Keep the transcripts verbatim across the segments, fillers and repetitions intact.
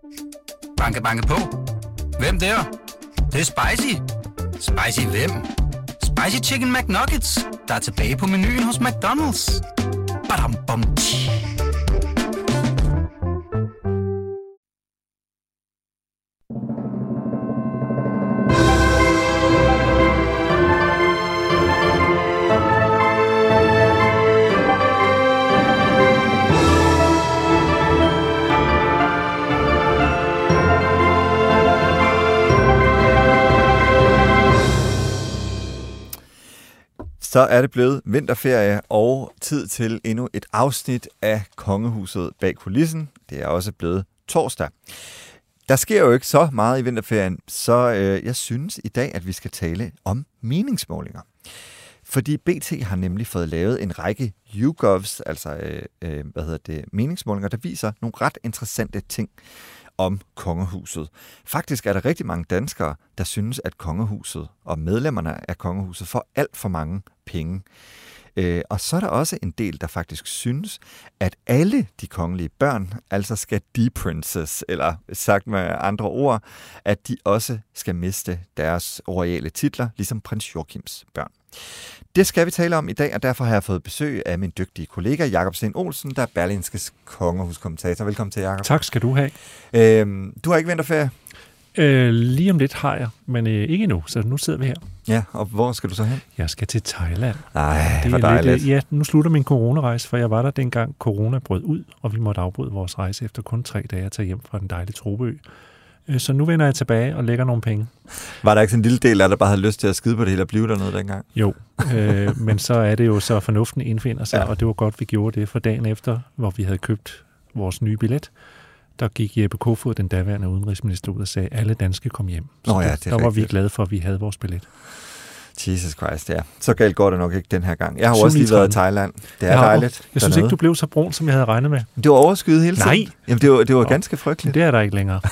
Banke, banke på. Hvem der? Det, det er spicy. Spicy hvem? Spicy Chicken McNuggets, der er tilbage på menuen hos McDonald's. Badum, bom, tji. Så er det blevet vinterferie og tid til endnu et afsnit af Kongehuset bag kulissen. Det er også blevet torsdag. Der sker jo ikke så meget i vinterferien, så øh, jeg synes i dag, at vi skal tale om meningsmålinger. Fordi B T har nemlig fået lavet en række YouGovs, altså øh, øh, hvad hedder det, meningsmålinger, der viser nogle ret interessante ting om kongehuset. Faktisk er der rigtig mange danskere, der synes, at kongehuset og medlemmerne af kongehuset får alt for mange penge. Øh, og så er der også en del, der faktisk synes, at alle de kongelige børn altså skal de-princess, eller sagt med andre ord, at de også skal miste deres royale titler, ligesom prins Joachims børn. Det skal vi tale om i dag, og derfor har jeg fået besøg af min dygtige kollega, Jakob Sten Olsen, der er Berlingskes kongehuskommentator. Velkommen til, Jakob. Tak skal du have. Øhm, du har ikke vinterferie? Øh, lige om lidt har jeg, men øh, ikke endnu, så nu sidder vi her. Ja, og hvor skal du så hen? Jeg skal til Thailand. Nej, hvor dejligt. Lidt, ja, nu slutter min coronarejse, for jeg var der dengang corona brød ud, og vi måtte afbryde vores rejse efter kun tre dage at tage hjem fra den dejlige Trobeø. Så nu vender jeg tilbage og lægger nogle penge. Var der ikke sådan en lille del af der bare havde lyst til at skide på det hele og blive dernede dengang? Jo, øh, men så er det jo så fornuften indfinder sig, ja. Og det var godt, vi gjorde det. For dagen efter, hvor vi havde købt vores nye billet, der gik Jeppe Kofod, den daværende udenrigsminister, ud og sagde, at alle danske kom hjem. Så Nå ja, der, der var vi glade for, at vi havde vores billet. Jesus Christ, ja. Så galt går det nok ikke den her gang. Jeg har også lige været i Thailand. Det er jeg dejligt. Jeg synes ikke, du blev så brun, som jeg havde regnet med. Det var overskyet hele tiden. Nej. Jamen, det var, det var oh, ganske frygteligt. Det er der ikke længere.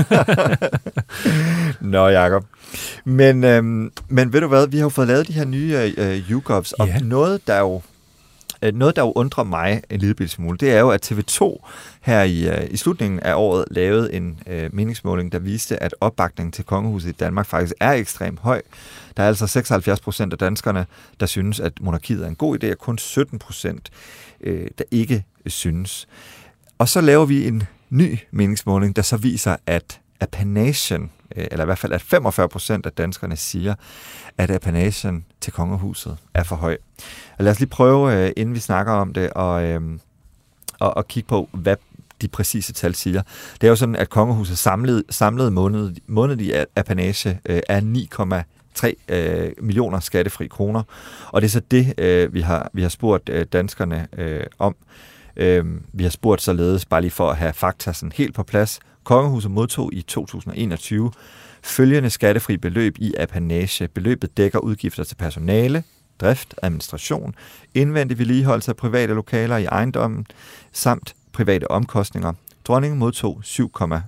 Nå, Jakob. Men, øhm, men ved du hvad, vi har jo fået lavet de her nye øh, YouGovs, og ja. noget, der jo Noget, der jo undrer mig en lille smule, det er jo, at T V to her i, i slutningen af året lavede en øh, meningsmåling, der viste, at opbakningen til kongehuset i Danmark faktisk er ekstremt høj. Der er altså seksoghalvfjerds procent af danskerne, der synes, at monarkiet er en god idé, og kun sytten procent, øh, der ikke synes. Og så laver vi en ny meningsmåling, der så viser, at apanagen, eller i hvert fald at femogfyrre procent af danskerne siger, at apanagen til kongehuset er for høj. Og lad os lige prøve, inden vi snakker om det, og, øhm, og, og kigge på, hvad de præcise tal siger. Det er jo sådan, at kongehusets samlede, samlede måned, månedlige apanage øh, er ni komma tre øh, millioner skattefri kroner. Og det er så det, øh, vi, har, vi har spurgt øh, danskerne øh, om. Øh, vi har spurgt således, bare lige for at have fakta sådan helt på plads. Kongehuset modtog i to tusind og enogtyve følgende skattefri beløb i apanage. Beløbet dækker udgifter til personale, drift, administration, indvendig vedligeholdelse af private lokaler i ejendommen, samt private omkostninger. Dronningen modtog syv komma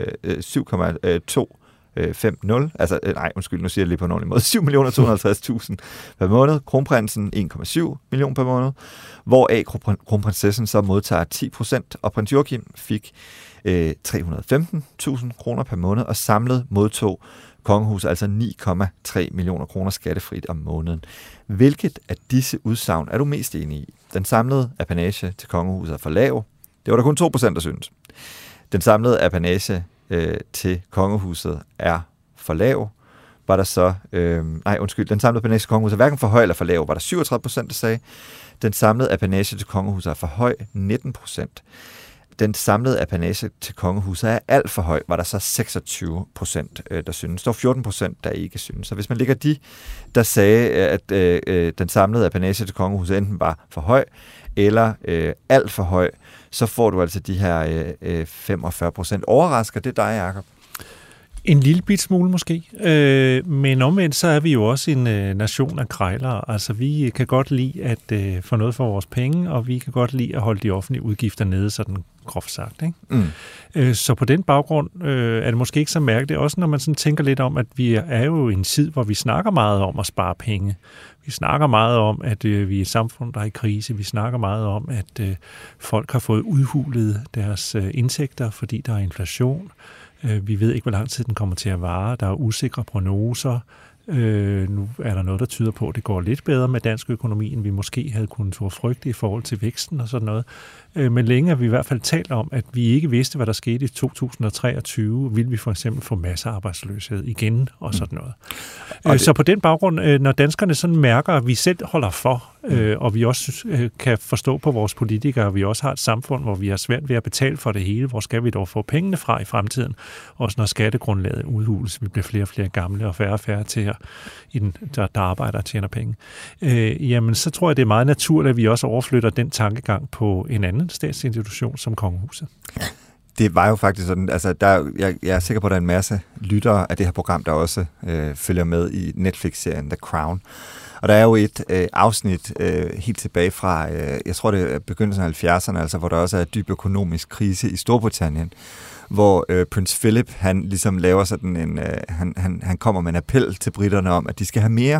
to fem nul, altså nej, undskyld, nu siger jeg lige på en ordentlig måde, syv millioner to hundrede og halvtreds tusind per måned, kronprinsen en komma syv millioner per måned, hvoraf kronprinsessen så modtager ti procent, og prins Joachim fik øh, tre hundrede og femten tusind kroner per måned, og samlet modtog kongehuset altså ni komma tre millioner kroner skattefrit om måneden. Hvilket af disse udsagn er du mest enig i? Den samlede apanage til kongehuset er for lav. Det var der kun to procent, der synes. Den samlede apanage øh, til kongehuset er for lav. Var der så, øh, nej undskyld, den samlede apanage til kongehuset er hverken for høj eller for lav. Var der syvogtredive procent, der sagde. Den samlede apanage til kongehuset er for høj, nitten procent. Den samlede apanage til kongehuset er alt for høj, var der så seksogtyve procent, der synes. Der var fjorten procent, der ikke synes. Så hvis man ligger de, der sagde, at øh, den samlede apanage til kongehuset enten var for høj, eller øh, alt for høj, så får du altså de her øh, femogfyrre procent. Overrasker det dig, Jakob? En lille bit smule måske, øh, men omvendt så er vi jo også en øh, nation af krejlere. Altså vi kan godt lide at øh, få noget for vores penge, og vi kan godt lide at holde de offentlige udgifter nede, sådan groft sagt. Ikke? Mm. Øh, så på den baggrund øh, er det måske ikke så mærkeligt, også når man sådan tænker lidt om, at vi er jo i en tid, hvor vi snakker meget om at spare penge. Vi snakker meget om, at øh, vi er et samfund, der er i krise. Vi snakker meget om, at øh, folk har fået udhulet deres øh, indtægter, fordi der er inflation. Øh, vi ved ikke, hvor lang tid den kommer til at vare. Der er usikre prognoser. Øh, nu er der noget, der tyder på, at det går lidt bedre med dansk økonomi, end vi måske havde kunnet få frygte i forhold til væksten og sådan noget. Øh, men længe har vi i hvert fald talt om, at vi ikke vidste, hvad der skete i to tusind og treogtyve. Vil vi for eksempel få massearbejdsløshed igen og sådan noget. Mm. Øh, så på den baggrund, øh, når danskerne sådan mærker, at vi selv holder for, øh, og vi også øh, kan forstå på vores politikere, at vi også har et samfund, hvor vi har svært ved at betale for det hele. Hvor skal vi dog få pengene fra i fremtiden? Også når skattegrundlaget udhules, vi bliver flere og flere gamle og færre og færre til at i den, der, der arbejder og tjener penge, øh, jamen så tror jeg, det er meget naturligt, at vi også overflytter den tankegang på en anden statsinstitution som Kongehuset. Det var jo faktisk sådan, altså der, jeg, jeg er sikker på, at der er en masse lyttere af det her program, der også øh, følger med i Netflix-serien The Crown. Og der er jo et øh, afsnit øh, helt tilbage fra, øh, jeg tror det er begyndelsen af halvfjerdserne, altså hvor der også er dyb økonomisk krise i Storbritannien, hvor øh, prins Philip, han ligesom laver sådan en, øh, han, han, han kommer med en appel til britterne om, at de skal have mere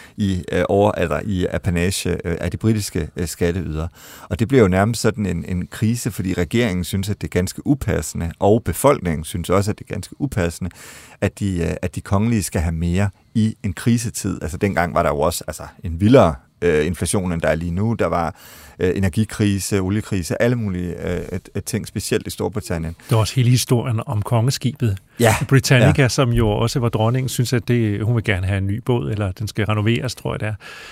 i øh, over, eller i apanage øh, af de britiske øh, skatteydere. Og det bliver jo nærmest sådan en, en krise, fordi regeringen synes, at det er ganske upassende, og befolkningen synes også, at det er ganske upassende, at de, øh, at de kongelige skal have mere i en krisetid. Altså dengang var der jo også altså, en vildere øh, inflation, end der er lige nu. Der var øh, energikrise, oliekrise, alle mulige øh, et, et ting, specielt i Storbritannien. Det var også hele historien om kongeskibet. Ja, Britannica, ja. Som jo også var dronningen, synes, at det, hun vil gerne have en ny båd, eller den skal renoveres, tror jeg det er.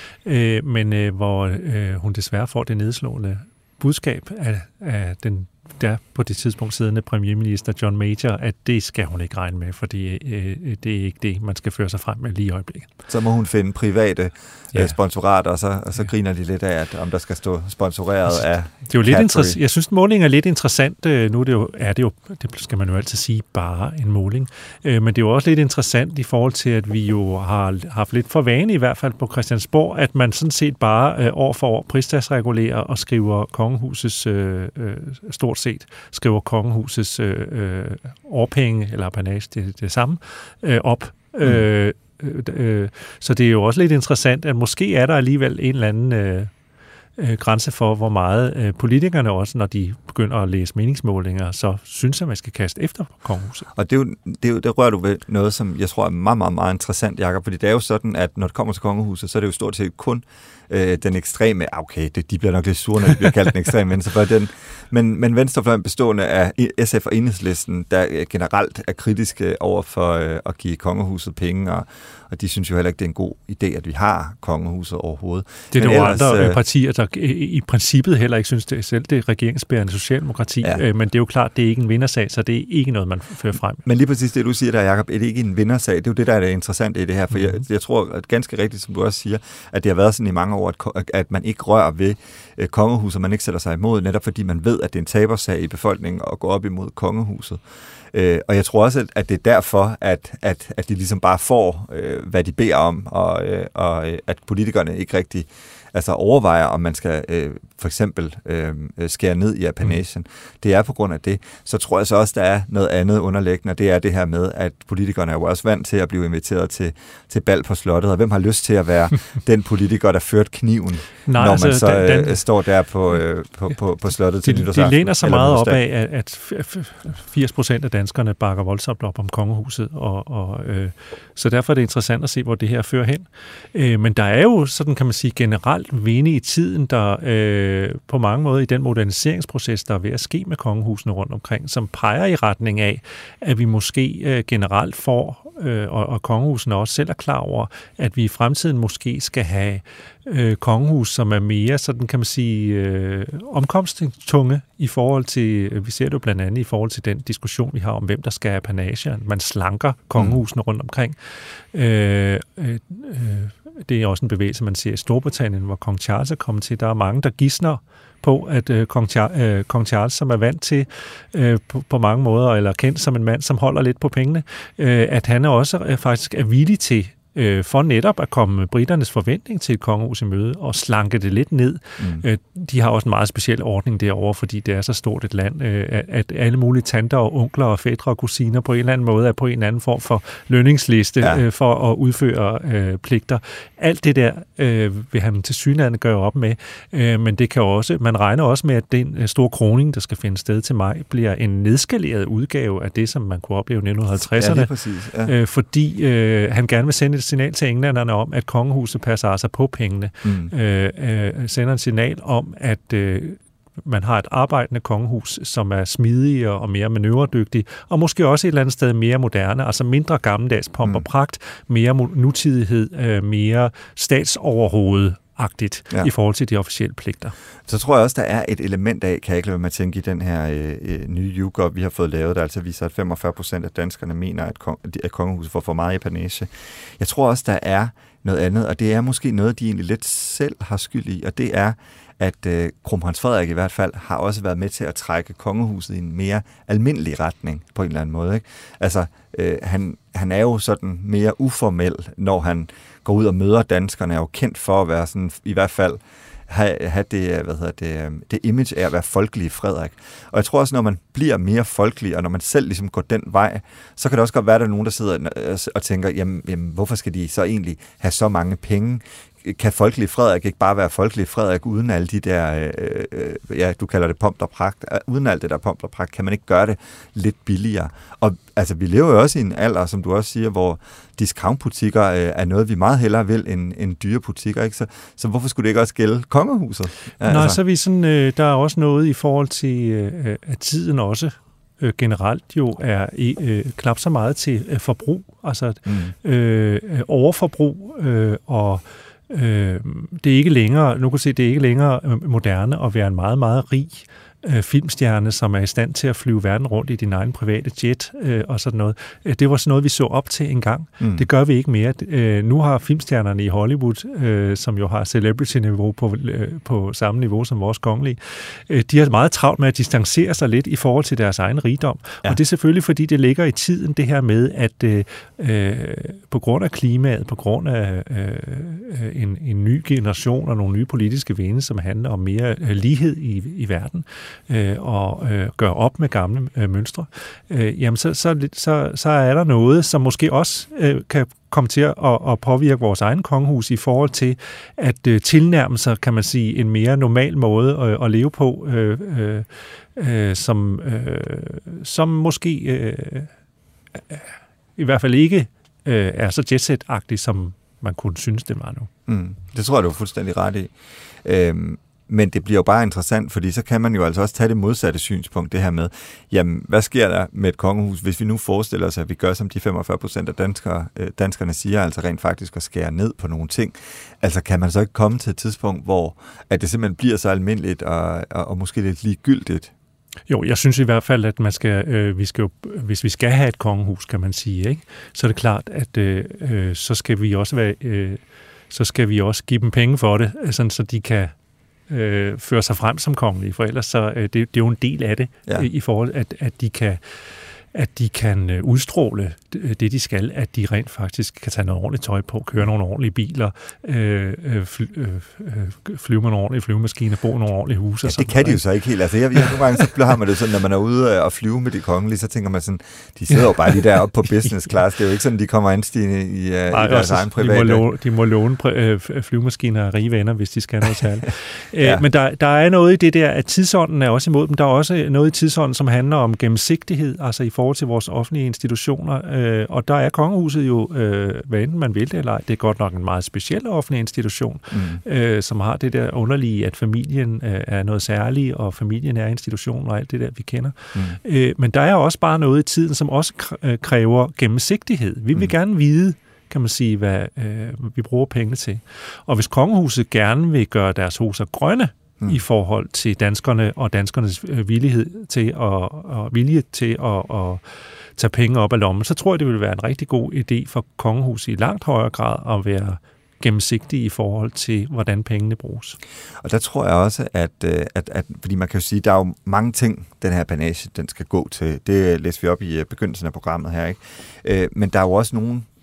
Øh, men øh, hvor øh, hun desværre får det nedslående budskab af, af den der på det tidspunkt siddende premierminister John Major, at det skal hun ikke regne med, fordi øh, det er ikke det, man skal føre sig frem med lige i øjeblikket. Så må hun finde private ja. øh, sponsorater, og så, og så ja. griner de lidt af, at om der skal stå sponsoreret altså, af det er jo lidt interessant. Jeg synes, målingen er lidt interessant. Nu er det, jo, er det jo, det skal man jo altid sige, bare en måling. Men det er jo også lidt interessant i forhold til, at vi jo har haft lidt for vane, i hvert fald på Christiansborg, at man sådan set bare år for år pristalsregulerer og skriver kongehusets, øh, stort set, skriver kongehusets øh, årpenge, eller apanage, det er det samme, øh, op. Mm. Øh, øh, så det er jo også lidt interessant, at måske er der alligevel en eller anden øh, øh, grænse for, hvor meget øh, politikerne også, når de begynder at læse meningsmålinger, så synes at man skal kaste efter kongehuset. Og det, er jo, det, er jo, det rører du ved noget, som jeg tror er meget, meget, meget interessant, Jakob, fordi det er jo sådan, at når det kommer til kongehuset, så er det jo stort set kun øh, den ekstreme, okay, det, de bliver nok lidt sure, når de bliver kaldt den ekstreme venstrefløj, den, men, men venstrefløjen bestående af S F og Enhedslisten, der generelt er kritiske over for øh, at give kongehuset penge, og, og de synes jo heller ikke, det er en god idé, at vi har kongehuset overhovedet. Det er jo andre øh, partier, der i princippet heller ikke synes, det er selv det er regeringsbærende socialdemokrati, ja. øh, men det er jo klart, det er ikke en vindersag, så det er ikke noget, man fører frem. Men lige præcis det, du siger der, Jacob, er det ikke en vindersag? Det er jo det, der er det interessante i det her, for mm-hmm. jeg, jeg tror at ganske rigtigt, som du også siger, at det har været sådan i mange år, at, at man ikke rører ved øh, kongehuset, man ikke sætter sig imod, netop fordi man ved, at det er en tabersag i befolkningen at gå op imod kongehuset. Øh, og jeg tror også, at det er derfor, at, at, at de ligesom bare får, øh, hvad de beder om, og, øh, og øh, at politikerne ikke rigtig altså overvejer, om man skal øh, for eksempel øh, skære ned i apanagen. Mm. Det er på grund af det. Så tror jeg så også, der er noget andet underliggende, og det er det her med, at politikerne er jo også vant til at blive inviteret til, til bal på slottet, og hvem har lyst til at være den politiker, der førte kniven, Nej, når altså, man så den, den, står der på, øh, på, på, på slottet til nytårsaften? De læner sig meget op af, at firs procent af danskerne bakker voldsomt op om kongehuset, og, og, øh, så derfor er det interessant at se, hvor det her fører hen. Øh, men der er jo, sådan kan man sige, generelt vinde i tiden, der øh, på mange måder i den moderniseringsproces, der er ved at ske med kongehusene rundt omkring, som peger i retning af, at vi måske øh, generelt får, øh, og, og kongehusene også selv er klar over, at vi i fremtiden måske skal have øh, kongehus, som er mere, sådan kan man sige, øh, omkostningstunge i forhold til, vi ser det jo blandt andet i forhold til den diskussion, vi har om, hvem der skal have apanager. Man slanker kongehusene rundt omkring. Øh, øh, øh, Det er også en bevægelse, man ser i Storbritannien, hvor kong Charles er kommet til. Der er mange, der gidsner på, at øh, kong, Char- øh, kong Charles, som er vant til øh, på, på mange måder, eller kendt som en mand, som holder lidt på pengene, øh, at han også øh, faktisk er villig til øh, for netop at komme briternes forventning til et kongehus i møde og slanke det lidt ned. Mm. Øh, de har også en meget speciel ordning derovre, fordi det er så stort et land, øh, at alle mulige tanter og onkler og fætre og kusiner på en eller anden måde er på en eller anden form for lønningsliste ja. øh, for at udføre øh, pligter. Alt det der øh, vil han tilsyneladende gøre op med, øh, men det kan også, man regner også med, at den øh, store kroning, der skal finde sted til maj, bliver en nedskaleret udgave af det, som man kunne opleve i nitten halvtredserne, ja, præcis, ja. øh, fordi øh, han gerne vil sende et signal til englænderne om, at kongehuset passer altså på pengene. Mm. Øh, øh, sender et signal om, at øh, man har et arbejdende kongehus, som er smidigere og mere manøvredygtig, og måske også et eller andet sted mere moderne, altså mindre gammeldags pomp mm. og pragt, mere nutidighed, øh, mere statsoverhovedet agtigt ja. I forhold til de officielle pligter. Så tror jeg også, der er et element af, kan jeg ikke lade med at tænke i den her øh, nye YouGov, vi har fået lavet, der altså viser, at femogfyrre procent af danskerne mener, at, kong, at kongehuset får for meget apanage. Jeg tror også, der er noget andet, og det er måske noget, de egentlig lidt selv har skyld i, og det er, at øh, kronprins Frederik i hvert fald har også været med til at trække kongehuset i en mere almindelig retning på en eller anden måde. Ikke? Altså, øh, han, han er jo sådan mere uformel, når han går ud og møder danskerne, er jo kendt for at være sådan, i hvert fald, have, have det, hvad hedder det, det image af at være folkelig Frederik. Og jeg tror også, når man bliver mere folkelig, og når man selv ligesom går den vej, så kan det også godt være, at der er nogen, der sidder og tænker, jamen, jamen hvorfor skal de så egentlig have så mange penge? Kan folkelig Frederik ikke bare være folkelig Frederik uden alle de der, øh, ja, du kalder det pomp og pragt, uden alt det der pomp og pragt, kan man ikke gøre det lidt billigere? Og altså, vi lever jo også i en alder, som du også siger, hvor discountbutikker øh, er noget, vi meget hellere vil end, end dyre butikker, ikke? Så, så hvorfor skulle det ikke også gælde kongehuset? Ja, Nå, altså. så er vi sådan, øh, der er også noget i forhold til, øh, at tiden også øh, generelt jo er øh, knap så meget til øh, forbrug, altså mm. øh, overforbrug øh, og Øh, det er ikke længere, nu kan se, det er ikke længere moderne at være en meget, meget rig øh, filmstjerne, som er i stand til at flyve verden rundt i din egen private jet øh, og sådan noget. Det var sådan noget, vi så op til en gang. Mm. Det gør vi ikke mere. Øh, nu har filmstjernerne i Hollywood, øh, som jo har celebrity-niveau på, øh, på samme niveau som vores kongelige, øh, de har meget travlt med at distancere sig lidt i forhold til deres egen rigdom. Ja. Og det er selvfølgelig, fordi det ligger i tiden, det her med, at øh, øh, på grund af klimaet, på grund af øh, en, en ny generation og nogle nye politiske vinde, som handler om mere øh, lighed i, i verden, øh, og øh, gøre op med gamle øh, mønstre, øh, jamen så, så, så, så er der noget, som måske også øh, kan komme til at, at påvirke vores egen kongehus i forhold til at øh, tilnærme sig, kan man sige, en mere normal måde at, at leve på, øh, øh, øh, som, øh, som måske øh, i hvert fald ikke øh, er så jetset-agtig, som man kunne synes, det var nu. Mm, det tror jeg, du er fuldstændig ret i. Øhm, men det bliver jo bare interessant, fordi så kan man jo altså også tage det modsatte synspunkt, det her med, jamen, hvad sker der med et kongehus, hvis vi nu forestiller os, at vi gør, som de femogfyrre procent af danskere, øh, danskerne siger, altså rent faktisk at skære ned på nogle ting. Altså kan man så ikke komme til et tidspunkt, hvor at det simpelthen bliver så almindeligt og, og, og måske lidt ligegyldigt? Jo, jeg synes i hvert fald, at man skal, øh, vi skal jo, hvis vi skal have et kongehus, kan man sige, ikke, så er det klart, at øh, øh, så skal vi også være, øh, så skal vi også give dem penge for det, sådan, så de kan øh, føre sig frem som kongelige, for ellers så øh, det, det er jo en del af det ja. øh, i forhold at at de kan at de kan udstråle det, de skal, at de rent faktisk kan tage noget ordentligt tøj på, køre nogle ordentlige biler, øh, fly, øh, flyve med nogle ordentlige flyvemaskiner, bo i nogle ordentlige huse. Ja, det kan de jo så ikke helt. Altså, jeg, jeg, nogle gange så har man det sådan, når man er ude og flyve med de kongelige, så tænker man sådan, de sidder jo bare lige deroppe på business class. Det er jo ikke sådan, de kommer anstigende i, Nej, i deres egen private. De må låne, de må låne flyvemaskiner af rige venner, hvis de skal noget særligt. ja. Men der, der er noget i det der, at tidsånden er også imod dem. Der er også noget i tidsånden, som handler om gennemsigtighed, altså i forhold til vores offentlige institutioner, øh, og der er kongehuset jo, øh, hvad enten man vil det eller ej, det er godt nok en meget speciel offentlig institution, mm. øh, som har det der underlige, at familien øh, er noget særligt, og familien er institutionen og alt det der, vi kender. Mm. Øh, men der er også bare noget i tiden, som også kræver gennemsigtighed. Vi vil mm. gerne vide, kan man sige, hvad øh, vi bruger pengene til. Og hvis kongehuset gerne vil gøre deres huser grønne, Mm. i forhold til danskerne og danskernes villighed til at, og vilje til at, at tage penge op af lommen, så tror jeg, det vil være en rigtig god idé for kongehuset i langt højere grad at være gennemsigtig i forhold til, hvordan pengene bruges. Og der tror jeg også, at, at, at fordi man kan jo sige, der er jo mange ting, den her apanage, den skal gå til. Det læser vi op i begyndelsen af programmet her, ikke? Men der er jo også nogle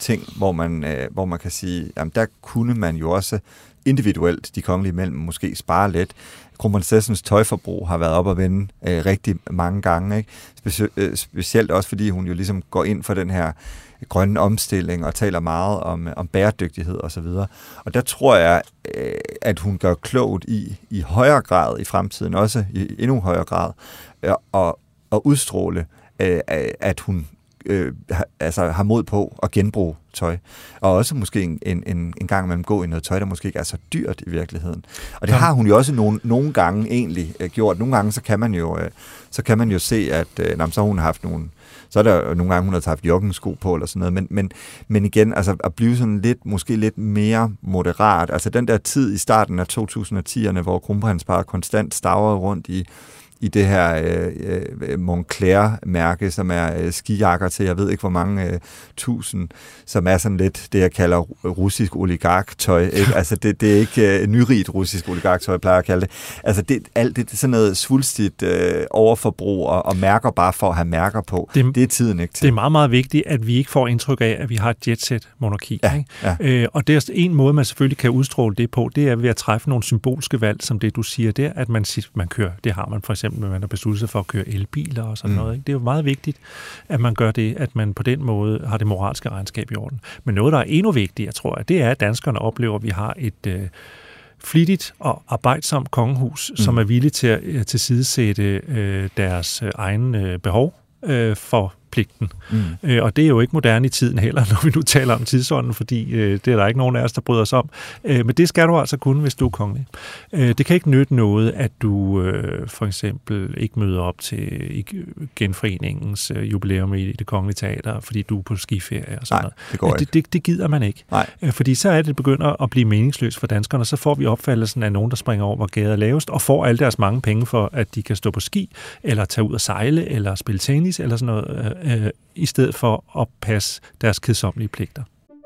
ting, hvor man, øh, hvor man kan sige, jamen der kunne man jo også individuelt, de kongelige imellem, måske spare lidt. Kronprinsessens tøjforbrug har været op at vende øh, rigtig mange gange, ikke? Speci- øh, specielt også, fordi hun jo ligesom går ind for den her grønne omstilling og taler meget om, om bæredygtighed og så videre. Og der tror jeg, øh, at hun gør klogt i, i højere grad i fremtiden, også i endnu højere grad, øh, og, og udstråle, øh, at hun øh, altså har mod på at genbruge tøj. Og også måske en, en, en gang imellem gå i noget tøj, der måske ikke er så dyrt i virkeligheden. Og det har hun jo også nogle, nogle gange egentlig øh, gjort. Nogle gange så kan man jo, øh, så kan man jo se, at øh, så har hun haft nogle så er der nogle gange, hun har haft joggensko på, eller sådan noget, men, men, men igen, altså at blive sådan lidt, måske lidt mere moderat, altså den der tid i starten af to tusind og tierne, hvor kronprinsparet konstant stavrede rundt i, i det her øh, Moncler-mærke, som er øh, skijakker til, jeg ved ikke hvor mange øh, tusind, som er sådan lidt det, jeg kalder russisk oligarktøj. Ikke? Altså det, det er ikke øh, nyrigt russisk oligarktøj, jeg plejer at kalde det. Altså det, alt det, det er sådan noget svulstigt øh, overforbrug og, og mærker bare for at have mærker på. Det, det er tiden ikke til. Det er meget, meget vigtigt, at vi ikke får indtryk af, at vi har et jetset-monarki. Ja, ikke? Ja. Øh, og det er en måde, man selvfølgelig kan udstråle det på, det er ved at træffe nogle symbolske valg, som det du siger der, at man, man kører, det har man for eksempel, når man har besluttet sig for at køre elbiler og sådan mm. noget. Ikke? Det er jo meget vigtigt, at man gør det, at man på den måde har det moralske regnskab i orden. Men noget, der er endnu vigtigere, tror jeg, det er, at danskerne oplever, at vi har et øh, flittigt og arbejdsomt kongehus, mm. som er villige til at øh, tilsidesætte øh, deres øh, egen øh, behov øh, for pligten. Mm. Øh, og det er jo ikke moderne i tiden heller, når vi nu taler om tidsånden, fordi øh, det er der ikke nogen af os, der bryder os om. Øh, men det skal du altså kunne, hvis du er kongelig. Øh, det kan ikke nytte noget, at du øh, for eksempel ikke møder op til genforeningens øh, jubilæum i det kongelige teater, fordi du er på skiferie og sådan Nej, noget. det går det, ikke. Det, det gider man ikke. Øh, fordi så er det, det begynder at blive meningsløst for danskerne, så får vi opfattelsen af nogen, der springer over, hvor gaden er lavest, og får alle deres mange penge for, at de kan stå på ski, eller tage ud og sejle, eller spille tennis, eller sådan noget, øh, i stedet for at passe deres kedsommelige pligter.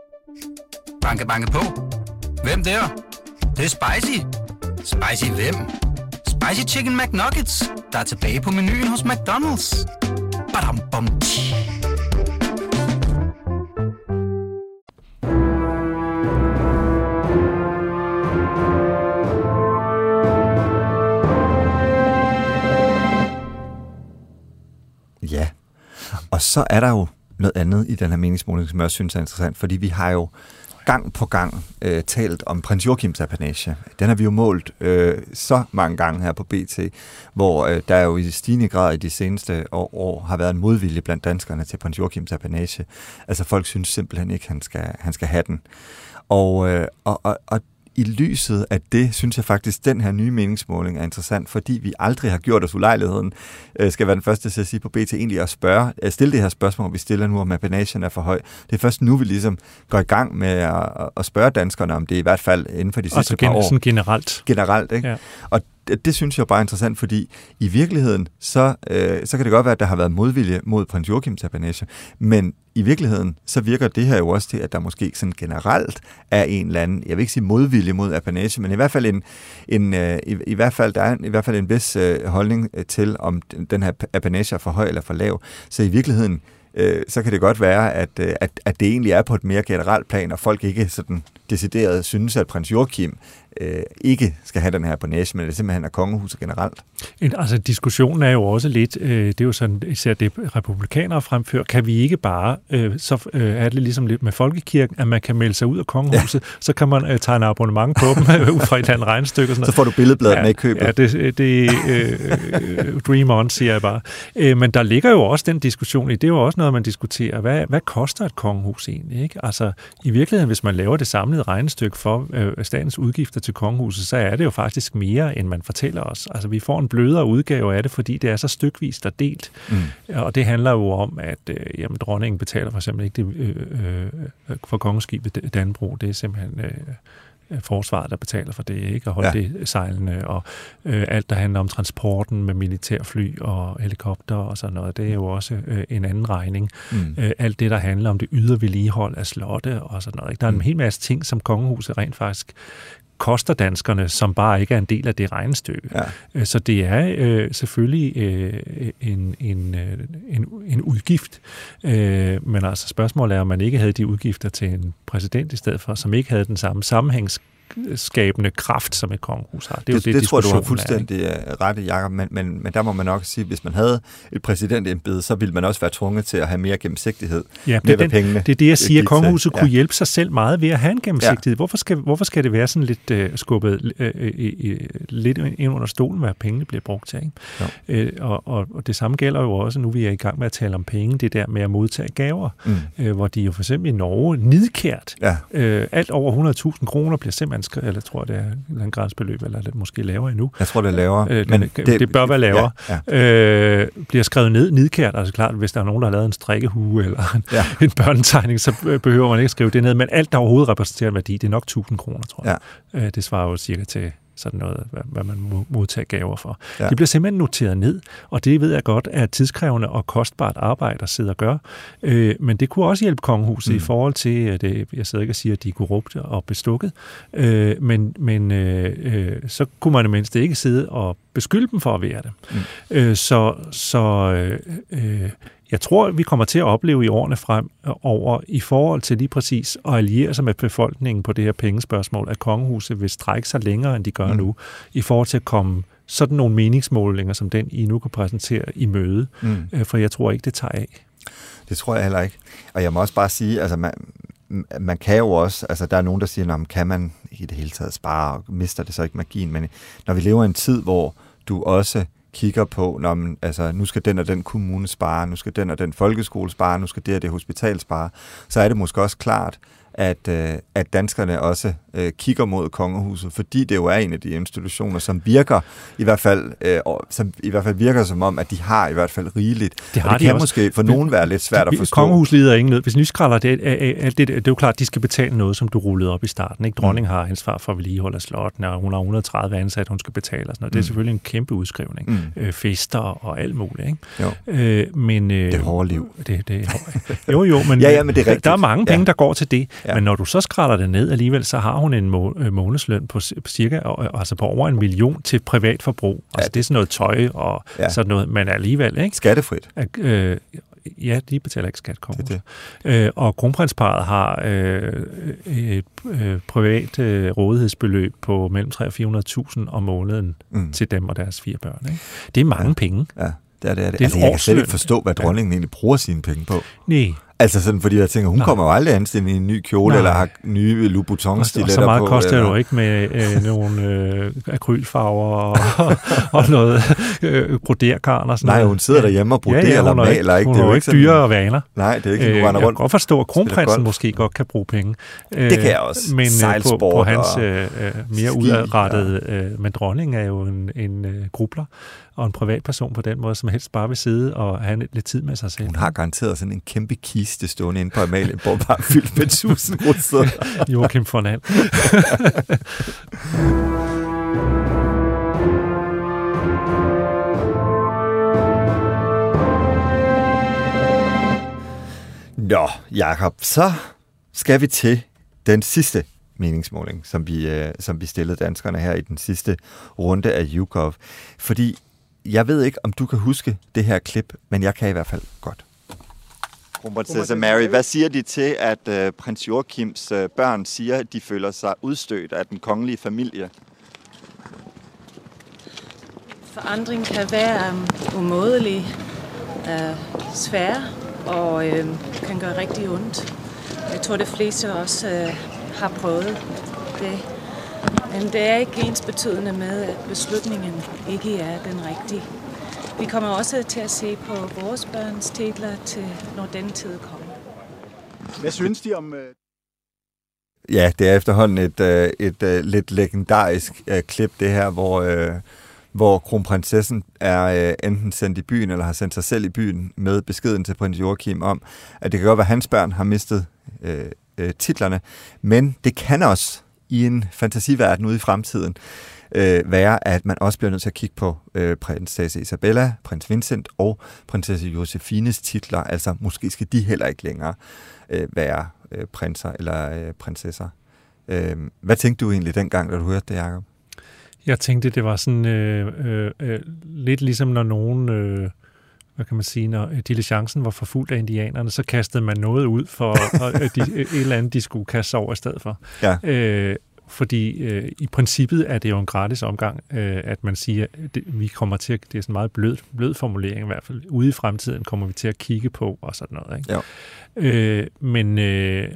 Banke, banke på. Hvem der? Det, det er spicy. Spicy hvem? Spicy Chicken McNuggets, der er tilbage på menuen hos McDonald's. Badum, bom, Ja. Og så er der jo noget andet i den her meningsmåling, som jeg også synes er interessant, fordi vi har jo gang på gang øh, talt om prins Joachims apanage. Den har vi jo målt øh, så mange gange her på B T, hvor øh, der jo i stigende grad i de seneste år, år har været en modvilje blandt danskerne til prins Joachims apanage. Altså folk synes simpelthen ikke, han skal, han skal have den. Og, øh, og, og, og i lyset af det, synes jeg faktisk, den her nye meningsmåling er interessant, fordi vi aldrig har gjort os ulejligheden, øh, skal være den første til at sige på B T, egentlig at spørge, at stille det her spørgsmål, vi stiller nu, om apanagen er for høj. Det er først nu, vi ligesom går i gang med at, at spørge danskerne, om det er i hvert fald inden for de sidste altså, par år. Sådan generelt. Generelt, ikke? Ja. Og det, det synes jeg bare er interessant, fordi i virkeligheden, så, øh, så kan det godt være, at der har været modvilje mod prins Joachims apanage, men i virkeligheden, så virker det her jo også til, at der måske sådan generelt er en eller anden, jeg vil ikke sige modvilje mod apanage, men i hvert fald en, en øh, i, i hvert fald der er en, i hvert fald en vis øh, holdning til, om den, den her apanage er for høj eller for lav. Så i virkeligheden, øh, så kan det godt være, at, øh, at, at det egentlig er på et mere generelt plan, og folk ikke sådan decideret synes, at prins Joachim øh, ikke skal have den her apanage, men det simpelthen er kongehuset generelt. Altså diskussionen er jo også lidt, øh, det er jo sådan, især det republikanere fremfører, kan vi ikke bare, øh, så øh, er det ligesom lidt med folkekirken, at man kan melde sig ud af kongehuset, ja. Så kan man øh, tegne abonnement på dem ud fra et eller andet regnestykke. Og sådan så får du billedbladet ja, med i købet. Ja, det, det øh, dream on, siger jeg bare. Øh, men der ligger jo også den diskussion i, det er jo også noget, man diskuterer, hvad, hvad koster et kongehus egentlig? Ikke? Altså i virkeligheden, hvis man laver det samlede regnestykke for øh, statens udgifter til kongehuset, så er det jo faktisk mere, end man fortæller os. Altså vi får en blødere udgave af det, fordi det er så stykvist og delt. Mm. Og det handler jo om, at øh, jamen, dronningen betaler for eksempel ikke det, øh, øh, for kongeskibet Dannebrog. Det er simpelthen øh, forsvaret, der betaler for det, ikke? Og holde ja. det sejlende, og øh, alt, der handler om transporten med militærfly og helikopter og sådan noget, det er jo også øh, en anden regning. Mm. Øh, alt det, der handler om det ydre vedligehold af slotte og sådan noget, ikke? Der er en hel masse ting, som kongehuset rent faktisk koster danskerne, som bare ikke er en del af det regnestykke. Ja. Så det er øh, selvfølgelig øh, en, en, en, en udgift, øh, men altså spørgsmålet er, om man ikke havde de udgifter til en præsident i stedet for, som ikke havde den samme sammenhængs skabende kraft, som et kongehus har. Det, er det, jo det, det tror jeg, du har fuldstændig er, ret i, Jacob, men, men, men der må man nok sige, at hvis man havde et præsidentembede, så ville man også være tvunget til at have mere gennemsigtighed. Ja, det, den, pengene, det er det, jeg siger, at kongehuset ja. kunne hjælpe sig selv meget ved at have en gennemsigtighed. Ja. Hvorfor, skal, hvorfor skal det være sådan lidt uh, skubbet uh, uh, lidt ind under stolen, hvad pengene bliver brugt til? Ikke? Uh, og, og, og det samme gælder jo også, nu vi er i gang med at tale om penge, det der med at modtage gaver, mm. uh, hvor de jo for eksempel i Norge nidkært, ja. uh, alt over hundrede tusind kroner bliver simpelthen eller jeg tror, det er en grænsbeløb, eller det måske lavere endnu. Jeg tror, det er lavere. Øh, men det, det bør være lavere. Ja, ja. Øh, bliver skrevet ned nidkært, altså klart, hvis der er nogen, der har lavet en strikkehue eller en, ja. en børnetegning, så behøver man ikke skrive det ned, men alt, der overhovedet repræsenterer en værdi, det er nok tusind kroner, tror jeg. Ja. Øh, det svarer jo cirka til sådan noget, hvad, hvad man må modtage gaver for. Ja. Det bliver simpelthen noteret ned, og det ved jeg godt, er tidskrævende og kostbart arbejde at sidde og gøre. Øh, men det kunne også hjælpe kongehuset mm. i forhold til, at det, jeg sidder ikke og siger, at de er korrupte og bestukket, øh, men, men øh, så kunne man i mindst ikke sidde og beskylde dem for at være det. Mm. Øh, så så øh, øh, jeg tror, vi kommer til at opleve i årene fremover i forhold til lige præcis at alliere sig med befolkningen på det her pengespørgsmål, at kongehuset vil strække sig længere, end de gør mm. nu, i forhold til at komme sådan nogle meningsmålinger, som den I nu kan præsentere i møde. Mm. For jeg tror ikke, det tager af. Det tror jeg heller ikke. Og jeg må også bare sige, altså man, man kan jo også, altså der er nogen, der siger, kan man i det hele taget spare, og mister det så ikke magien, men når vi lever i en tid, hvor du også kigger på, når man, altså, nu skal den og den kommune spare, nu skal den og den folkeskole spare, nu skal det og det hospital spare, så er det måske også klart, at, øh, at danskerne også øh, kigger mod kongehuset, fordi det jo er en af de institutioner, som virker i hvert fald, øh, som i hvert fald virker som om, at de har i hvert fald rigeligt. Det, har og det de kan også. Måske for nogen være lidt svært at forstå. Kongehuset lider ingen nød. Hvis nyskralder, det, det, det, det er jo klart, at de skal betale noget, som du rullede op i starten. Ikke? Dronningen har ansvar for vedligehold af slottene, og hun har et hundrede og tredive ansatte, hun skal betale. Og sådan noget. Det er mm. selvfølgelig en kæmpe udskrivning. Mm. Øh, fester og alt muligt. Ikke? Øh, men, øh, det er hårde liv. Det, det er, jo, jo, men, ja, ja, men det er rigtigt. Der er mange penge, ja. der går til det. Ja. Men når du så skræller det ned alligevel, så har hun en må- månedsløn på cirka, altså på over en million til privat forbrug. Altså ja. det er sådan noget tøj og ja. sådan noget, men alligevel, ikke? Skattefrit. At, øh, ja, de betaler ikke skat, kongehuset. Øh, og kronprinsparret har øh, et øh, privat øh, rådighedsbeløb på mellem tre hundrede og fire hundrede tusind om måneden mm. til dem og deres fire børn. Ikke? Det er mange ja. penge. Ja, det er det. Er det. det er altså, jeg kan slet ikke forstå, hvad dronningen ja. egentlig bruger sine penge på. Nej. Altså sådan, fordi jeg tænker, hun Nej. kommer jo aldrig anstillet i en ny kjole, Nej. eller har nye Louboutin-stiletter på. Og så meget på, koster eller... det jo ikke med øh, nogle øh, akrylfarver og, og noget øh, brodergarn og sådan Nej, noget. hun sidder derhjemme og broderer ja, ja, eller maler. Ikke? Hun har jo ikke dyre vaner. Nej, det er ikke, øh, hun rundt. Jeg kan godt forstå, at kronprinsen måske godt kan bruge penge. Øh, det kan jeg også. Men Sejlsport på, på hans øh, mere ski, udadrettede, ja. øh, men dronningen er jo en, en øh, grubler og en privatperson på den måde, som helst bare vil sidde og have lidt tid med sig selv. Hun har garanteret sådan en kæmpe kiste stående inde på Amalienborg, bare fyldt med tusind rutser. Joachim von And. Nå, Jacob, så skal vi til den sidste meningsmåling, som vi, øh, som vi stillede danskerne her i den sidste runde af YouGov. Fordi jeg ved ikke, om du kan huske det her klip, men jeg kan i hvert fald godt. Kronprinsesse Mary, hvad siger de til, at øh, prins Joachims øh, børn siger, at de føler sig udstødt af den kongelige familie? Forandring kan være um, umådelig uh, svær og uh, kan gøre rigtig ondt. Jeg tror, de fleste også uh, har prøvet det. Men det er ikke ensbetydende med, at beslutningen ikke er den rigtige. Vi kommer også til at se på vores børns titler, til når den tid kommer. Hvad synes de om... Ja, det er efterhånden et, et, et, et lidt legendarisk uh, klip, det her, hvor, uh, hvor kronprinsessen er uh, enten sendt i byen, eller har sendt sig selv i byen med beskeden til prins Joachim om, at det kan godt være, at hans børn har mistet uh, uh, titlerne, men det kan også i en fantasiverden ude i fremtiden øh, være, at man også bliver nødt til at kigge på øh, prinsesse Isabella, prins Vincent og prinsesse Josefines titler. Altså, måske skal de heller ikke længere øh, være øh, prinser eller øh, prinsesser. Øh, hvad tænkte du egentlig dengang, da du hørte det, Jacob? Jeg tænkte, det var sådan øh, øh, øh, lidt ligesom når nogen, øh, hvad kan man sige, når diligencen var forfulgt af indianerne, så kastede man noget ud for og, de, et eller andet, de skulle kaste sig over i stedet for. Ja. Øh, fordi øh, i princippet er det jo en gratis omgang, øh, at man siger, at vi kommer til at, det er sådan en meget blød, blød formulering i hvert fald, ude i fremtiden kommer vi til at kigge på og sådan noget. Ikke? Ja. Øh, men... Øh,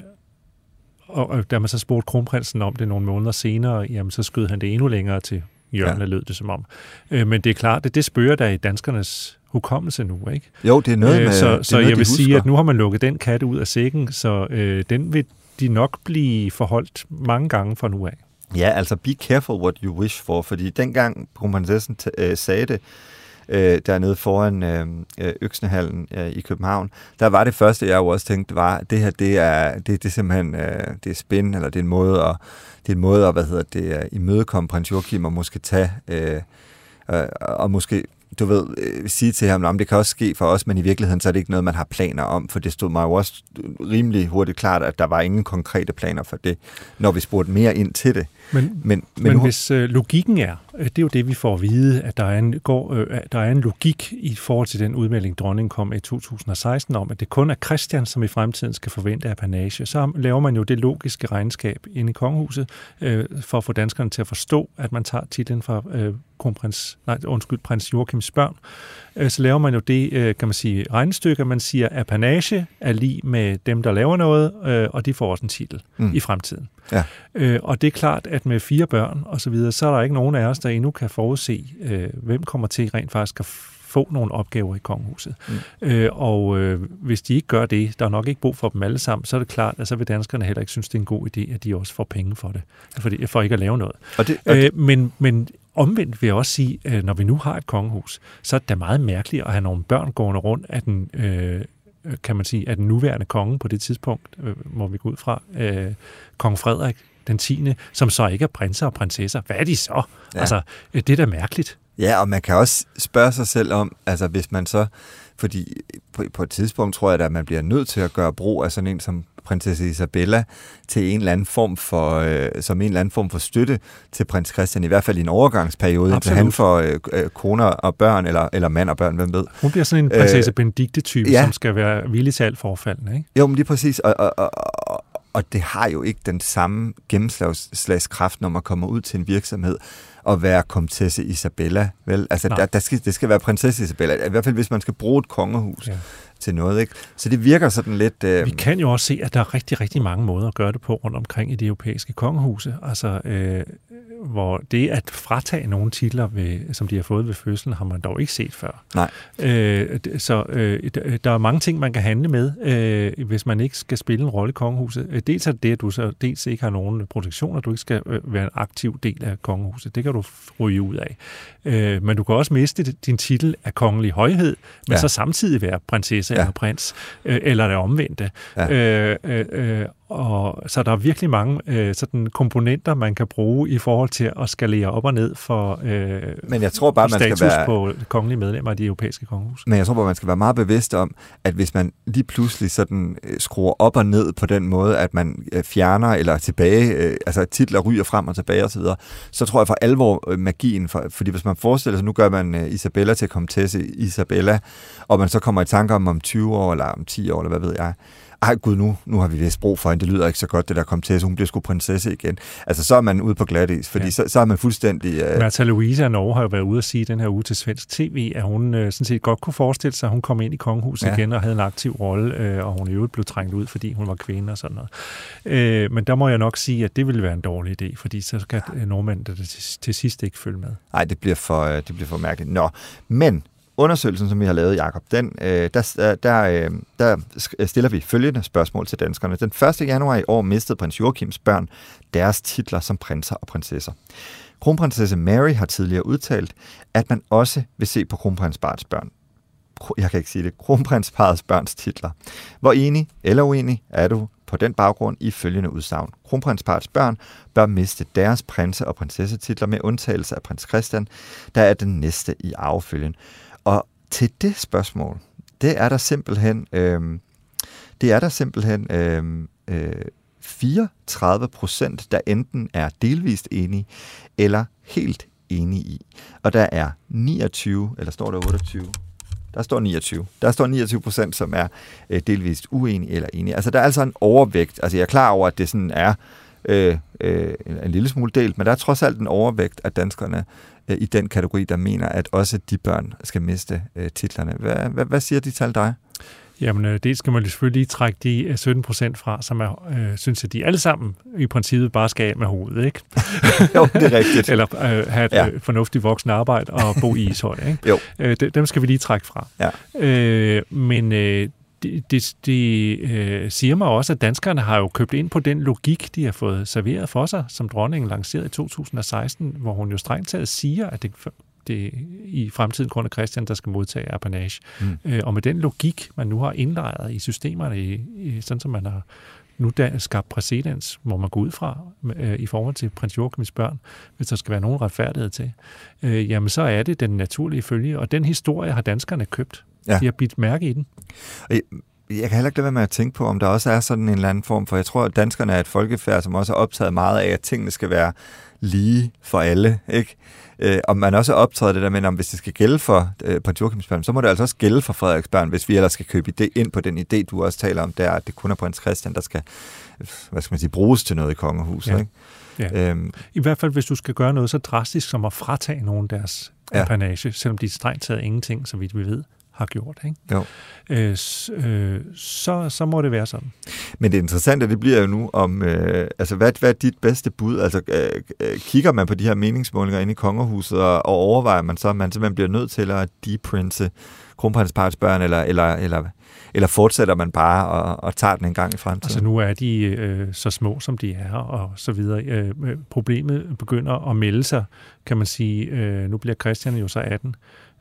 Og, og da man så spurgte kronprinsen om det nogle måneder senere, jamen så skød han det endnu længere til hjørnet, ja. lød det som om. Øh, men det er klart, at det spørger der i danskernes hukommelse nu, ikke? Jo, det er noget med... Øh, så det så noget, jeg vil husker. sige, at nu har man lukket den kat ud af sækken, så øh, den vil de nok blive forholdt mange gange fra nu af. Ja, altså be careful what you wish for, fordi dengang kronprinsessen t- øh, sagde det, øh, dernede foran øh, Øksnehallen øh, i København, der var det første, jeg jo også tænkte, var, at det her, det er, det, det er simpelthen, øh, det er spændende, eller det er en måde at, det er en måde at, hvad hedder det, imødekomme prins Joachim og måske tage, øh, øh, og måske, du ved, øh, sige til ham, at det kan også ske for os, men i virkeligheden, så er det ikke noget, man har planer om, for det stod mig jo også rimelig hurtigt klart, at der var ingen konkrete planer for det, når vi spurgte mere ind til det. Men, men, men, men men hvis øh, logikken er, det er jo det, vi får at vide, at der er, en, går, øh, der er en logik i forhold til den udmelding, dronningen kom med i to tusind og seksten om, at det kun er Christian, som i fremtiden skal forvente apanage. Så laver man jo det logiske regnskab inde i kongehuset, øh, for at få danskerne til at forstå, at man tager titlen fra øh, kronprins, nej, undskyld, prins Joachims børn. Øh, så laver man jo det, øh, kan man sige, regnestykke, man siger, at apanage er lige med dem, der laver noget, øh, og de får også en titel mm. i fremtiden. Ja. Øh, og det er klart, at med fire børn og så videre, så er der ikke nogen af os, der endnu kan forudse, øh, hvem kommer til rent faktisk at få nogle opgaver i kongehuset. Mm. Øh, og øh, hvis de ikke gør det, der er nok ikke brug for dem alle sammen, så er det klart, at så vil danskerne heller ikke synes, det er en god idé, at de også får penge for det, for, for ikke at lave noget. Og det, og det... Øh, men, men omvendt vil jeg også sige, at når vi nu har et kongehus, så er det da meget mærkeligt at have nogle børn gående rundt af den... Øh, kan man sige, at den nuværende konge på det tidspunkt, øh, må vi gå ud fra, øh, kong Frederik den tiende, som så ikke er prinser og prinsesser. Hvad er de så? Ja. Altså, det er da mærkeligt. Ja, og man kan også spørge sig selv om, altså hvis man så, fordi på, på et tidspunkt tror jeg, at man bliver nødt til at gøre brug af sådan en som prinsesse Isabella til en eller anden form for, øh, som en eller anden form for støtte til prins Christian, i hvert fald i en overgangsperiode, indtil han får øh, koner og børn, eller, eller mand og børn, hvem ved. Hun bliver sådan en prinsesse øh, Benedikte-type, ja. Som skal være villig til alt forfaldende, ikke? Jo, men lige præcis, og, og, og, og, og det har jo ikke den samme gennemslagskraft, når man kommer ud til en virksomhed, at være komtesse Isabella, vel? Altså, der, der skal, det skal være prinsesse Isabella, i hvert fald hvis man skal bruge et kongehus ja. til noget, ikke? Så det virker sådan lidt... Øh... Vi kan jo også se, at der er rigtig, rigtig mange måder at gøre det på rundt omkring i de europæiske kongehuse. Altså, øh, hvor det at fratage nogle titler, ved, som de har fået ved fødslen, har man dog ikke set før. Nej. Øh, så øh, der er mange ting, man kan handle med, øh, hvis man ikke skal spille en rolle i kongehuset. Dels er det, at du så dels ikke har nogen protektion, og du ikke skal øh, være en aktiv del af kongehuset. Det kan du ryge ud af. Øh, men du kan også miste din titel af kongelig højhed, men ja. så samtidig være prinsesse ja. eller prins, øh, eller det omvendte. Ja. Øh, øh, øh, og så der er virkelig mange øh, sådan komponenter, man kan bruge i forhold til at skalere op og ned for øh, men jeg tror bare, man status skal være... på kongelige medlemmer af de europæiske kongehus. Men jeg tror bare, man skal være meget bevidst om, at hvis man lige pludselig sådan skruer op og ned på den måde, at man fjerner eller tilbage, øh, altså titler ryger frem og tilbage osv., så, så tror jeg for alvor magien, for, fordi hvis man forestiller sig, nu gør man Isabella til komtesse Isabella, og man så kommer i tanker om om tyve år eller om ti år, eller hvad ved jeg, ej gud, nu, nu har vi vist brug for hende, det lyder ikke så godt, det der kom til, så hun bliver sgu prinsesse igen. Altså, så er man ude på glatis, fordi ja. så, så er man fuldstændig... Uh... Märtha Louise af Norge har jo været ude at sige den her uge til svensk tv, at hun uh, sådan set godt kunne forestille sig, at hun kom ind i kongehuset ja. igen og havde en aktiv rolle, uh, og hun i øvrigt blev trængt ud, fordi hun var kvinde og sådan noget. Uh, men der må jeg nok sige, at det ville være en dårlig idé, fordi så skal uh, nordmændene til, til sidst ikke følge med. Nej, det bliver for, uh, det bliver for mærkeligt. Nå, men... Undersøgelsen, som vi har lavet, Jacob, den, øh, der, der, øh, der stiller vi følgende spørgsmål til danskerne. Den første januar i år mistede prins Joachims børn deres titler som prinser og prinsesser. Kronprinsesse Mary har tidligere udtalt, at man også vil se på kronprinsparrets børn. Jeg kan ikke sige det. Kronprinsparrets børns titler. Hvor enig eller uenig er du på den baggrund i følgende udsagn? Kronprinsparrets børn bør miste deres prinse- og prinsessetitler med undtagelse af prins Christian, der er den næste i arvefølgen. Og til det spørgsmål, det er der simpelthen, øh, det er der simpelthen øh, øh, fireogtredive procent, der enten er delvist enige eller helt enige i. Og der er niogtyve, eller står der otteogtyve? Der står niogtyve. Der står niogtyve procent, som er øh, delvist uenige eller enige. Altså, der er altså en overvægt. Altså, jeg er klar over, at det sådan er øh, øh, en lille smule delt, men der er trods alt en overvægt af danskerne øh, i den kategori, der mener, at også de børn skal miste øh, titlerne. Hvad, hvad, hvad siger de tal dig? Jamen, det skal man selvfølgelig lige trække de sytten procent fra, som er, øh, synes, at de alle sammen i princippet bare skal af med hovedet, ikke? Jo, det er rigtigt. Eller øh, have et ja. øh, fornuftigt voksen arbejde og bo i Ishøj, ikke? Jo. Øh, dem skal vi lige trække fra. Ja. Øh, men øh, det, det, det øh, siger mig også, at danskerne har jo købt ind på den logik, de har fået serveret for sig, som dronningen lancerede i to tusind og seksten, hvor hun jo strengt taget siger, at det det i fremtiden kun er Christian, der skal modtage apanage. Mm. Øh, og med den logik, man nu har indlejret i systemerne, i, i, sådan som man har nu da skabt præcedens, må man gå ud fra, øh, i forhold til prins Joachims børn, hvis der skal være nogen retfærdighed til, øh, jamen så er det den naturlige følge, og den historie har danskerne købt. Ja. De har bidt mærke i den. Jeg, jeg kan heller ikke lade være med at tænke på, om der også er sådan en eller anden form, for jeg tror, at danskerne er et folkefærd, som også er optaget meget af, at tingene skal være lige for alle, ikke? Øh, og man også optræder det der med, at hvis det skal gælde for øh, prins Joachims børn, så må det altså også gælde for Frederiks børn, hvis vi ellers skal købe ide, ind på den idé, du også taler om, der at det kun er prins Christian, der skal, hvad skal man sige, bruges til noget i kongehuset, ja. Ikke? Ja. Øhm, I hvert fald, hvis du skal gøre noget så drastisk som at fratage nogen deres ja. apanage, selvom de strengt taget ingenting, så vidt vi ved, har gjort, ikke? Jo. Øh, øh, så, så må det være sådan. Men det interessante, det bliver jo nu om, øh, altså hvad, hvad er dit bedste bud? Altså øh, øh, kigger man på de her meningsmålinger inde i kongehuset, og, og overvejer man så, at man simpelthen bliver nødt til at deprince kronprinsparrets børn, eller, eller, eller, eller fortsætter man bare og, og tager den en gang i fremtiden? Altså nu er de øh, så små, som de er, og så videre. Øh, problemet begynder at melde sig, kan man sige. Øh, nu bliver Christian jo så atten,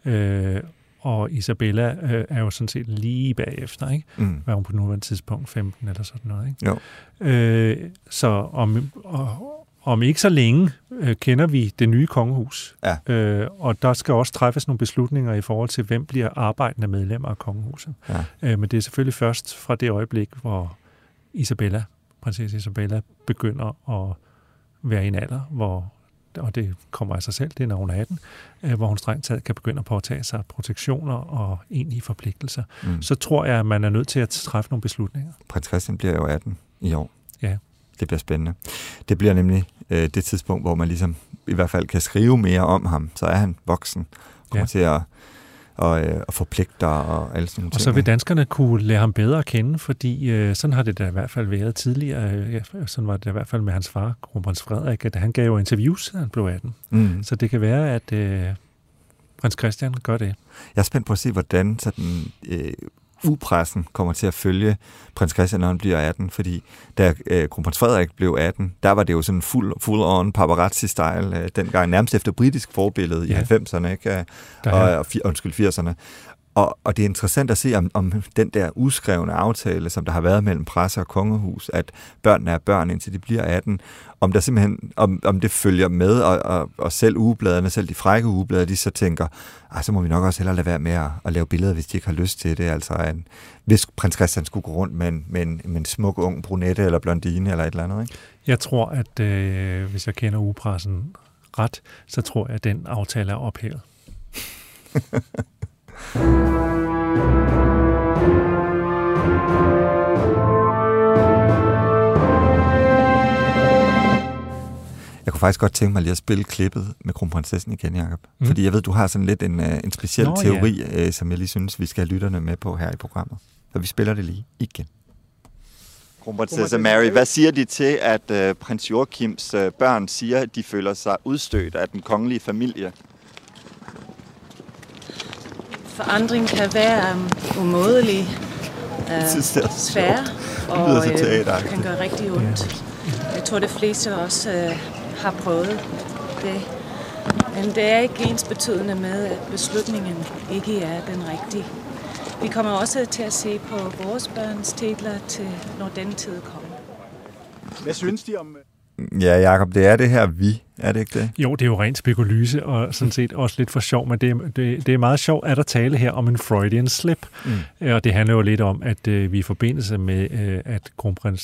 øh, og Isabella øh, er jo sådan set lige bagefter, ikke? Mm. Var hun på nuværende tidspunkt femten eller sådan noget, ikke? Jo. Øh, så om, og, om ikke så længe øh, kender vi det nye kongehus. Ja. Øh, og der skal også træffes nogle beslutninger i forhold til, hvem bliver arbejdende medlemmer af kongehuset. Ja. Øh, men det er selvfølgelig først fra det øjeblik, hvor Isabella, prinsesse Isabella, begynder at være i en alder, hvor og det kommer af sig selv, det er når hun er atten, hvor hun strengt taget kan begynde at påtage sig protektioner og egentlige forpligtelser. Mm. Så tror jeg, at man er nødt til at træffe nogle beslutninger. Prins Christian bliver jo atten i år. Ja. Det bliver spændende. Det bliver nemlig øh, det tidspunkt, hvor man ligesom i hvert fald kan skrive mere om ham. Så er han voksen, kommer ja. til at og, øh, og forpligter og alle sådan nogle ting. Og så vil danskerne kunne lære ham bedre at kende, fordi øh, sådan har det da i hvert fald været tidligere. Øh, sådan var det i hvert fald med hans far, kronprins Frederik, at han gav jo interviews, da han blev atten. Mm. Så det kan være, at øh, prins Christian gør det. Jeg er spændt på at se, hvordan sådan, øh, upressen kommer til at følge prins Christian, når han bliver atten, fordi da øh, kronprins Frederik blev atten, der var det jo sådan full, full on paparazzi-style, øh, dengang nærmest efter britisk forbillede ja. i halvfemserne, ikke? Og, og, undskyld, firserne. Og, og det er interessant at se, om, om den der uskrevne aftale, som der har været mellem presse og kongehus, at børnene er børn, indtil de bliver atten, om der simpelthen, om, om det følger med, og, og, og selv ugebladerne, selv de frække ugeblade, de så tænker, så må vi nok også hellere lade være med at, at lave billeder, hvis de ikke har lyst til det. Altså, en, hvis prins Christian skulle gå rundt med en, med en, med en smuk ung brunette eller blondine eller et eller andet, ikke? Jeg tror, at øh, hvis jeg kender ugepressen ret, så tror jeg, at den aftale er ophævet. Jeg kunne faktisk godt tænke mig lige at spille klippet med kronprinsessen igen, Jacob. Mm. Fordi jeg ved, du har sådan lidt en, en speciel Nå, teori, ja. som jeg lige synes, vi skal have lytterne med på her i programmet. Så vi spiller det lige igen. Kronprinsesse Mary, hvad siger de til, at uh, prins Joachims uh, børn siger, at de føler sig udstødt af den kongelige familie? Forandring kan være um, umådelig uh, svær, og uh, kan gøre rigtig ondt. Jeg tror, det fleste også uh, har prøvet det. Men det er ikke ensbetydende med, at beslutningen ikke er den rigtige. Vi kommer også til at se på vores børns titler, til når den tid kommer. Hvad synes de om... Ja, Jacob, det er det her vi, er det ikke det? Jo, det er jo rent spekulyse, og sådan set også lidt for sjov, men det er, det, det er meget sjovt, at der tale her om en Freudian slip. Mm. Og det handler jo lidt om, at øh, vi i forbindelse med, øh, at kronprins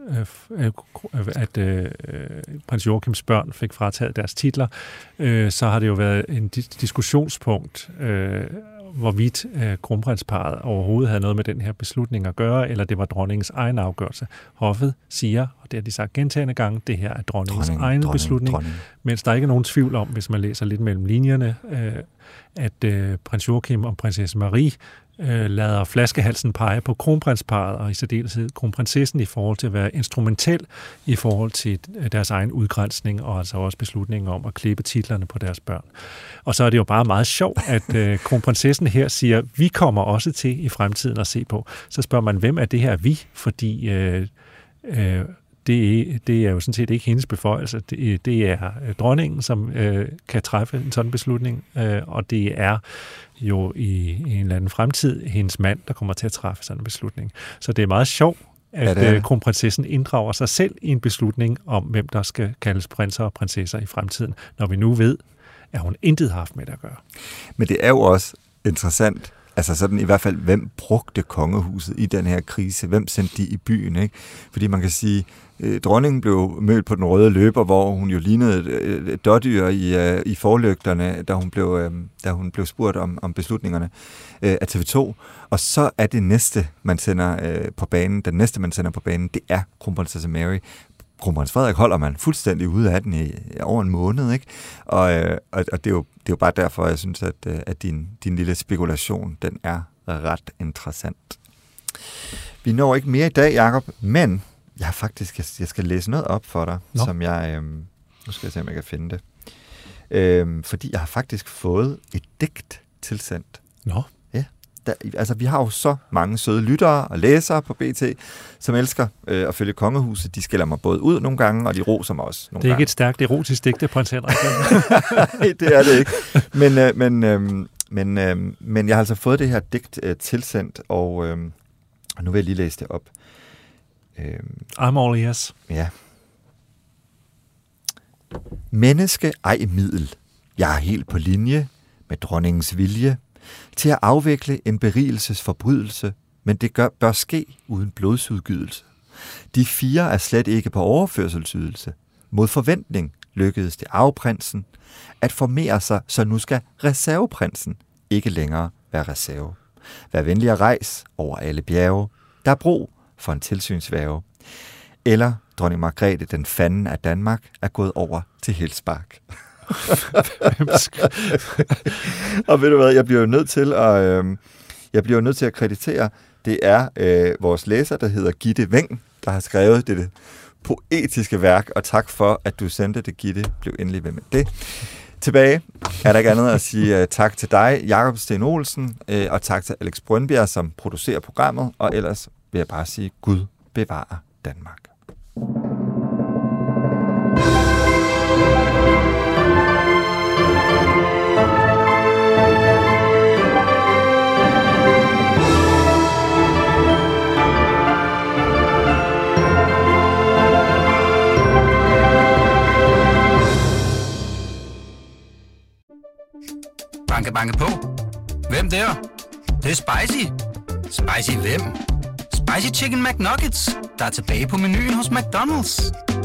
øh, at øh, prins Joachims børn fik frataget deres titler, øh, så har det jo været en diskussionspunkt, øh, hvorvidt øh, kronprinsparet overhovedet havde noget med den her beslutning at gøre, eller det var dronningens egen afgørelse. Hoffet siger, og det har de sagt gentagne gange, det her er dronningens dronning, egen dronning, beslutning, dronning. Mens der ikke er nogen tvivl om, hvis man læser lidt mellem linjerne, øh, at øh, prins Joachim og prinsesse Marie øh, lader flaskehalsen pege på kronprinsparet, og i særdeleshed kronprinsessen i forhold til at være instrumentel i forhold til deres egen udgrænsning, og altså også beslutningen om at klippe titlerne på deres børn. Og så er det jo bare meget sjovt, at øh, kronprinsessen her siger, vi kommer også til i fremtiden at se på. Så spørger man, hvem er det her vi? Fordi øh, øh, det, det er jo sådan set ikke hendes beføjelse. Det, det er dronningen, som øh, kan træffe en sådan beslutning, øh, og det er jo i, i en eller anden fremtid hendes mand, der kommer til at træffe sådan en beslutning. Så det er meget sjovt, at ja, kronprinsessen inddrager sig selv i en beslutning om, hvem der skal kaldes prinser og prinsesser i fremtiden, når vi nu ved, at hun intet har haft med det at gøre. Men det er jo også interessant, altså sådan i hvert fald, hvem brugte kongehuset i den her krise? Hvem sendte de i byen, ikke? Fordi man kan sige, øh, dronningen blev mødt på den røde løber, hvor hun jo lignede et, et dårdyr i, øh, i forlygterne, da hun blev, øh, da hun blev spurgt om, om beslutningerne øh, af T V to. Og så er det næste, man sender øh, på banen, den næste, man sender på banen, det er kronprinsesse Mary. Kronprins Frederik holder man fuldstændig ude af den i over en måned, ikke? Og, øh, og, og det, er jo, det er jo bare derfor, jeg synes, at, at din, din lille spekulation, den er ret interessant. Vi når ikke mere i dag, Jacob, men jeg har faktisk, jeg, jeg skal læse noget op for dig, Nå. som jeg, øh, nu skal jeg se, om jeg kan finde det. Øh, fordi jeg har faktisk fået et digt tilsendt. Nå. Der, altså, vi har jo så mange søde lyttere og læsere på B T, som elsker øh, at følge kongehuset. De skælder mig både ud nogle gange, og de roser mig også nogle gange. Det er gange. Ikke et stærkt erotisk digt, det prins Henrik. Nej, det er det ikke. Men, øh, men, øh, men, øh, men jeg har altså fået det her digt øh, tilsendt, og, øh, og nu vil jeg lige læse det op. Øh, I'm all ears. Ja. Menneske ej middel. Jeg er helt på linje med dronningens vilje til at afvikle en berigelsesforbrydelse, men det gør, bør ske uden blodsudgydelse. De fire er slet ikke på overførselsydelse. Mod forventning lykkedes det arveprinsen at formere sig, så nu skal reserveprinsen ikke længere være reserve. Vær venlig at rejse over alle bjerge. Der er brug for en tilsynsværge. Eller dronning Margrethe, den fanden af Danmark, er gået over til Helsbak. Og ved du hvad, jeg bliver jo nødt til at øh, jeg bliver jo nødt til at kreditere, det er øh, vores læser, der hedder Gitte Weng, der har skrevet det poetiske værk, og tak for, at du sendte det, Gitte. Bliv endelig ved med det. Tilbage er der ikke andet at sige uh, tak til dig, Jacob Sten Olsen, uh, og tak til Alex Brøndbjerg, som producerer programmet, og ellers vil jeg bare sige, Gud bevare Danmark. Banke, banke på. Hvem der? Det, det er spicy. Spicy hvem? Spicy Chicken McNuggets, der er tilbage på menuen hos McDonald's.